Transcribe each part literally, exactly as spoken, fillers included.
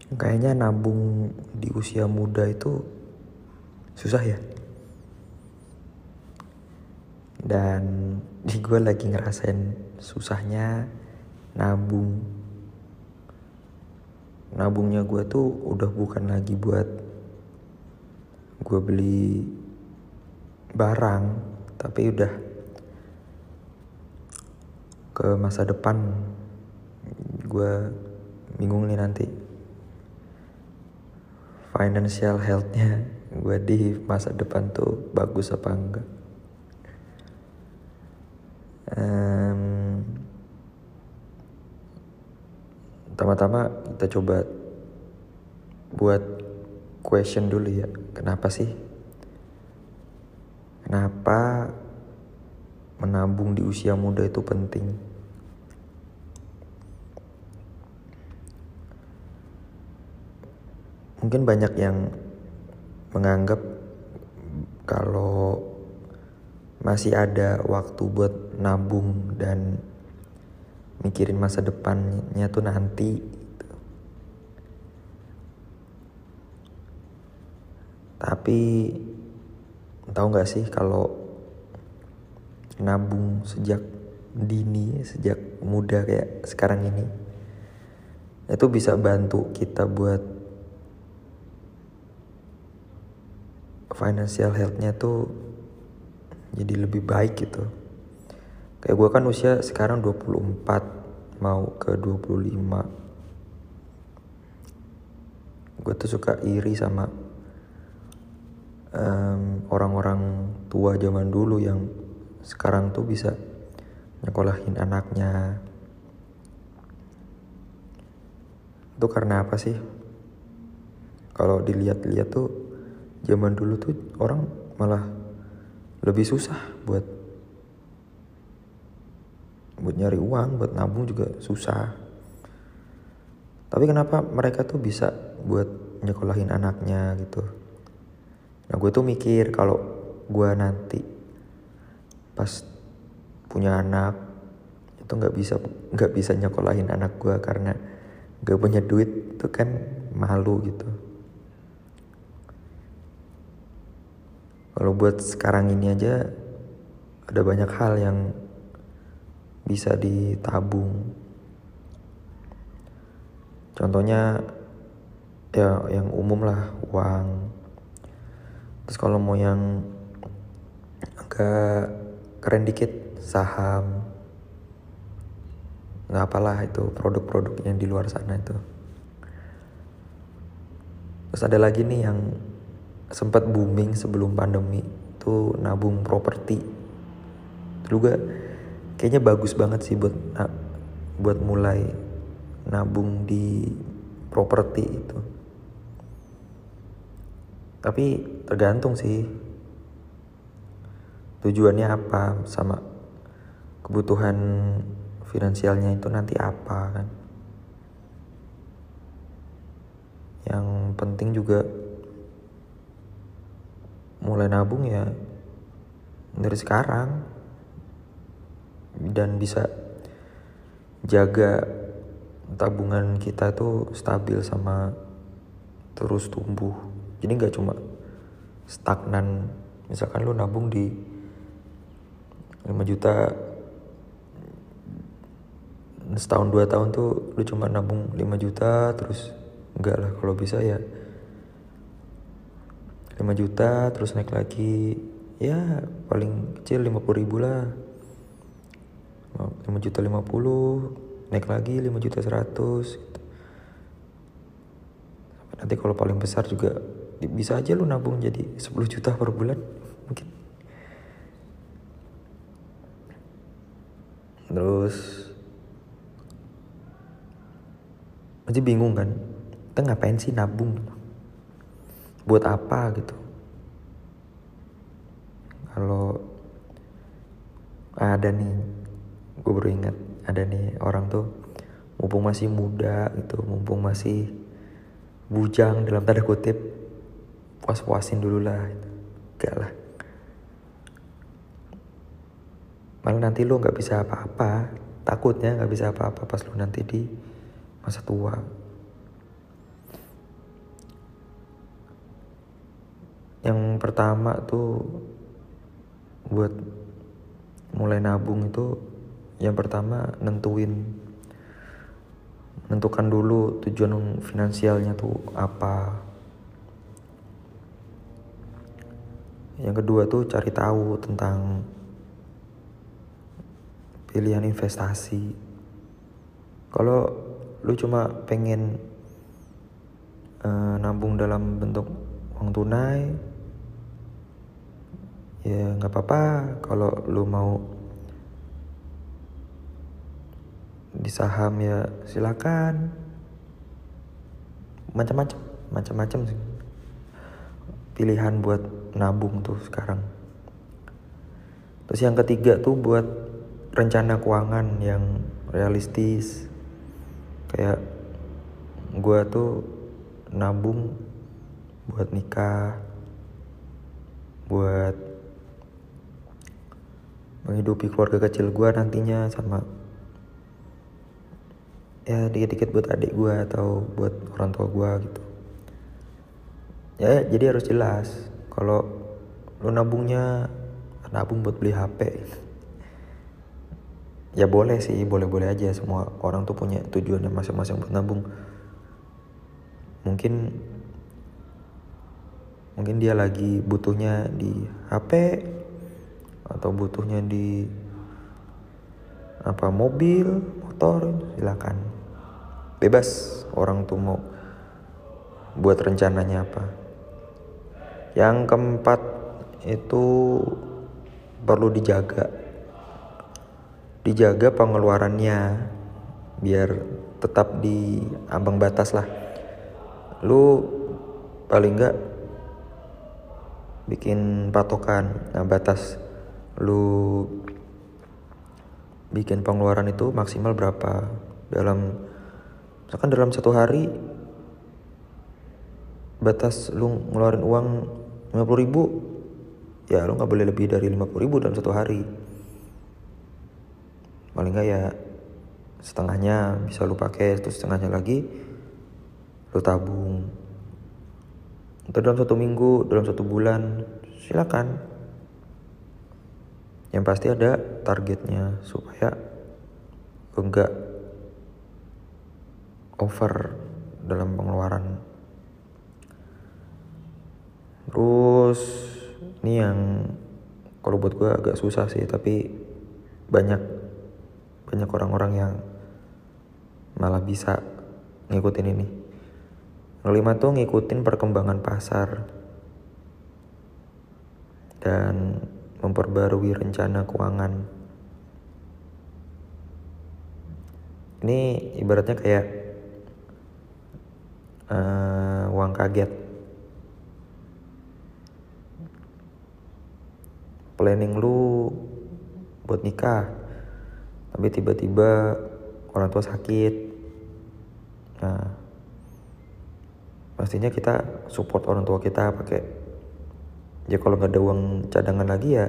Kayaknya nabung di usia muda itu susah ya. Dan di gue lagi ngerasain susahnya nabung. Nabungnya gue tuh udah bukan lagi buat gue beli barang, tapi udah ke masa depan. Gue bingung nih nanti financial health-nya gue di masa depan tuh bagus apa enggak. Um, Pertama-tama kita coba buat question dulu ya. Kenapa sih? Kenapa menabung di usia muda itu penting? Mungkin banyak yang menganggap kalau masih ada waktu buat nabung dan mikirin masa depannya tuh nanti. Tapi tahu nggak sih kalau nabung sejak dini, sejak muda kayak sekarang ini, itu bisa bantu kita buat financial health-nya tuh jadi lebih baik gitu. Kayak gue kan usia sekarang dua puluh empat mau ke dua puluh lima. Gue tuh suka iri sama um, orang-orang tua zaman dulu yang sekarang tuh bisa nyekolahin anaknya. Itu karena apa sih? Kalau dilihat-lihat tuh zaman dulu tuh orang malah lebih susah buat buat nyari uang, buat nabung juga susah. Tapi kenapa mereka tuh bisa buat nyekolahin anaknya gitu? Nah gue tuh mikir kalau gue nanti pas punya anak itu nggak bisa nggak bisa nyekolahin anak gue karena nggak punya duit, itu kan malu gitu. Kalau buat sekarang ini aja ada banyak hal yang bisa ditabung. Contohnya ya yang umum lah, uang. Terus kalau mau yang agak keren dikit, saham. Nggak apalah itu produk-produk yang di luar sana itu. Terus ada lagi nih yang sempat booming sebelum pandemi tuh nabung properti. Dulu gue kayaknya bagus banget sih buat buat mulai nabung di properti itu. Tapi tergantung sih tujuannya apa sama kebutuhan finansialnya itu nanti apa kan. Yang penting juga mulai nabung ya dari sekarang dan bisa jaga tabungan kita tuh stabil sama terus tumbuh. Jadi nggak cuma stagnan. Misalkan lu nabung di lima juta, setahun dua tahun tuh lu cuma nabung lima juta terus, enggak lah. Kalau bisa ya lima juta terus naik lagi, ya paling kecil lima puluh ribu lah, lima juta lima puluh, naik lagi lima juta seratus gitu. Nanti kalau paling besar juga bisa aja lu nabung jadi sepuluh juta per bulan mungkin. Terus masih bingung kan, kita ngapain sih nabung, buat apa gitu. Kalau ada nih, gue baru ingat ada nih orang tuh mumpung masih muda gitu, mumpung masih bujang dalam tanda kutip, puas-puasin dulu lah. Enggak lah, malah nanti lu nggak bisa apa-apa. Takutnya nggak bisa apa-apa pas lu nanti di masa tua. Yang pertama tuh buat mulai nabung itu, yang pertama nentuin nentukan dulu tujuan finansialnya tuh apa. Yang kedua tuh cari tahu tentang pilihan investasi. Kalau lu cuma pengen uh, nabung dalam bentuk uang tunai, ya nggak apa-apa. Kalau lu mau di saham ya silakan. Macam-macam, macam-macam sih pilihan buat nabung tuh sekarang. Terus yang ketiga tuh buat rencana keuangan yang realistis. Kayak gue tuh nabung buat nikah, buat menghidupi keluarga kecil gue nantinya, sama ya dikit-dikit buat adik gue atau buat orang tua gue gitu. Ya jadi harus jelas. Kalau lu nabungnya nabung buat beli H P, ya boleh sih, boleh-boleh aja. Semua orang tuh punya tujuannya masing-masing buat nabung. Mungkin mungkin dia lagi butuhnya di H P, atau butuhnya di apa mobil, motor, silakan. Bebas orang tuh mau buat rencananya apa. Yang keempat itu perlu dijaga. Dijaga pengeluarannya biar tetap di ambang batas lah. Lu paling enggak bikin patokan. Nah, batas lu bikin pengeluaran itu maksimal berapa. Dalam misalkan dalam satu hari batas lu ngeluarin uang lima puluh ribu, ya lu gak boleh lebih dari lima puluh ribu dalam satu hari. Paling gak ya setengahnya bisa lu pakai, terus setengahnya lagi lu tabung. Atau dalam satu minggu, dalam satu bulan, silakan. Yang pasti ada targetnya supaya enggak over dalam pengeluaran. Terus ini yang kalau buat gue agak susah sih, tapi banyak banyak orang-orang yang malah bisa ngikutin ini. Yang kelima tuh ngikutin perkembangan pasar dan memperbarui rencana keuangan. Ini ibaratnya kayak uh, uang kaget. Planning lu buat nikah, tapi tiba-tiba orang tua sakit. Nah, pastinya kita support orang tua kita pakai, ya kalau nggak ada uang cadangan lagi ya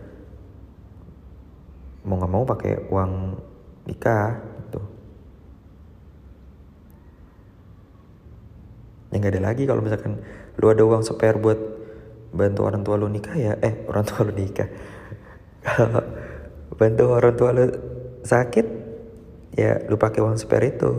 mau nggak mau pakai uang nikah gitu. Ya nggak ada lagi kalau misalkan lu ada uang spare buat bantu orang tua lu nikah ya, eh orang tua lu nikah. Kalau bantu orang tua lu sakit, ya lu pakai uang spare itu.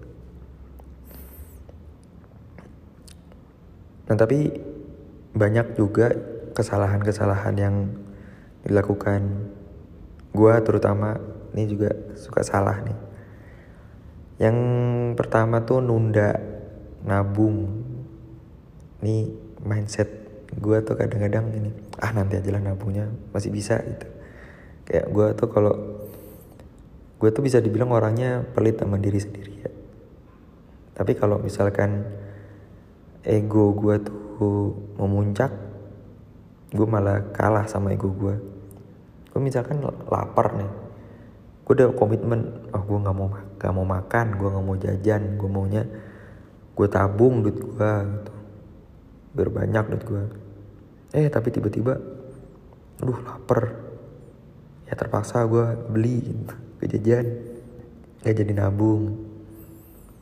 Nah tapi banyak juga kesalahan-kesalahan yang dilakukan. Gua terutama ini juga suka salah nih. Yang pertama tuh nunda nabung. Nih mindset gue tuh kadang-kadang ini, ah nanti aja lah nabungnya, masih bisa gitu. Kayak gue tuh kalau gue tuh bisa dibilang orangnya pelit sama diri sendiri ya. Tapi kalau misalkan ego gue tuh memuncak, gue malah kalah sama ego gue. Gue misalkan lapar nih, gue udah komitmen, oh gue nggak mau nggak mau makan, gue nggak mau jajan, gue maunya gue tabung duit gue gitu, biar banyak duit gue. Eh tapi tiba-tiba aduh lapar, ya terpaksa gue beli gitu, gue jajan, gak jadi nabung.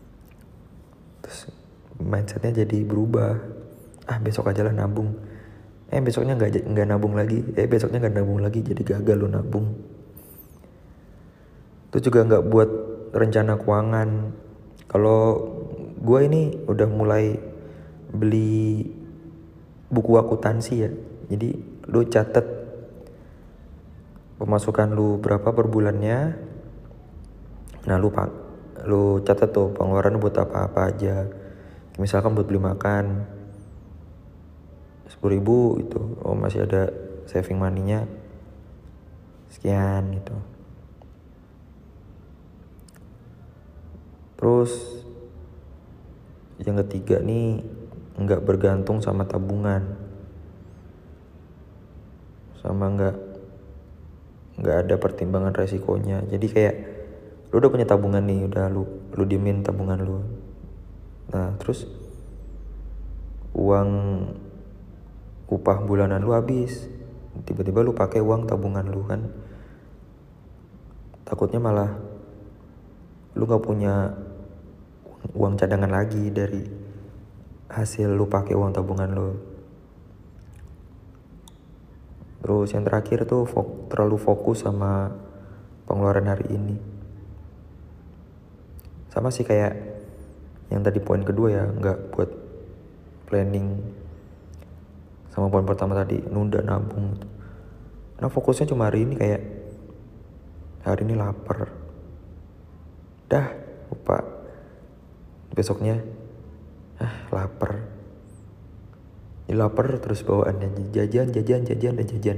Terus mindsetnya jadi berubah, ah besok aja lah nabung. eh besoknya nggak nggak nabung lagi, eh besoknya nggak nabung lagi, jadi gagal lu nabung. Itu juga nggak buat rencana keuangan. Kalau gue ini udah mulai beli buku akuntansi ya, jadi lu catet pemasukan lu berapa per bulannya. Nah lu pak lu catat tuh pengeluaran buat apa-apa aja. Misalkan buat beli makan sepuluh ribu itu, oh masih ada saving money-nya sekian gitu. Terus yang ketiga nih, nggak bergantung sama tabungan, sama nggak nggak ada pertimbangan resikonya. Jadi kayak lu udah punya tabungan nih, udah lu lu diemin tabungan lu. Nah terus uang upah bulanan lu habis, tiba-tiba lu pakai uang tabungan lu, kan takutnya malah lu nggak punya uang cadangan lagi dari hasil lu pakai uang tabungan lu. Terus yang terakhir tuh fok, terlalu fokus sama pengeluaran hari ini. Sama sih kayak yang tadi poin kedua ya, nggak buat planning. Sama poin pertama tadi, nunda nabung. Nah fokusnya cuma hari ini, kayak hari ini lapar, dah lupa. Besoknya ah lapar, ya lapar terus bawaannya jajan jajan jajan dan jajan.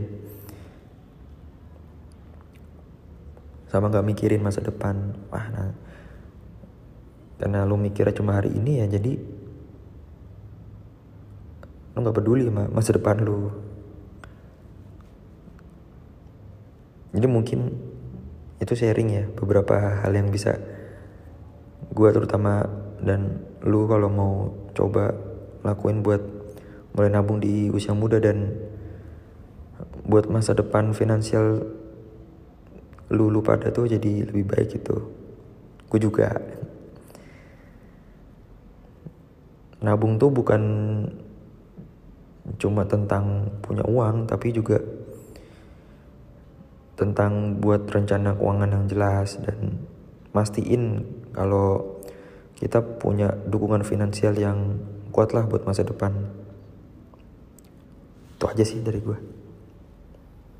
Sama nggak mikirin masa depan. Wah nah, karena lu mikirnya cuma hari ini ya, jadi lu nggak peduli sama masa depan lu. Jadi mungkin itu sharing ya, beberapa hal yang bisa gue terutama dan lu kalau mau coba lakuin buat mulai nabung di usia muda dan buat masa depan finansial lu lu pada tuh jadi lebih baik gitu. Gue juga nabung tuh bukan cuma tentang punya uang, tapi juga tentang buat rencana keuangan yang jelas dan mastiin kalau kita punya dukungan finansial yang kuat lah buat masa depan. Itu aja sih dari gue.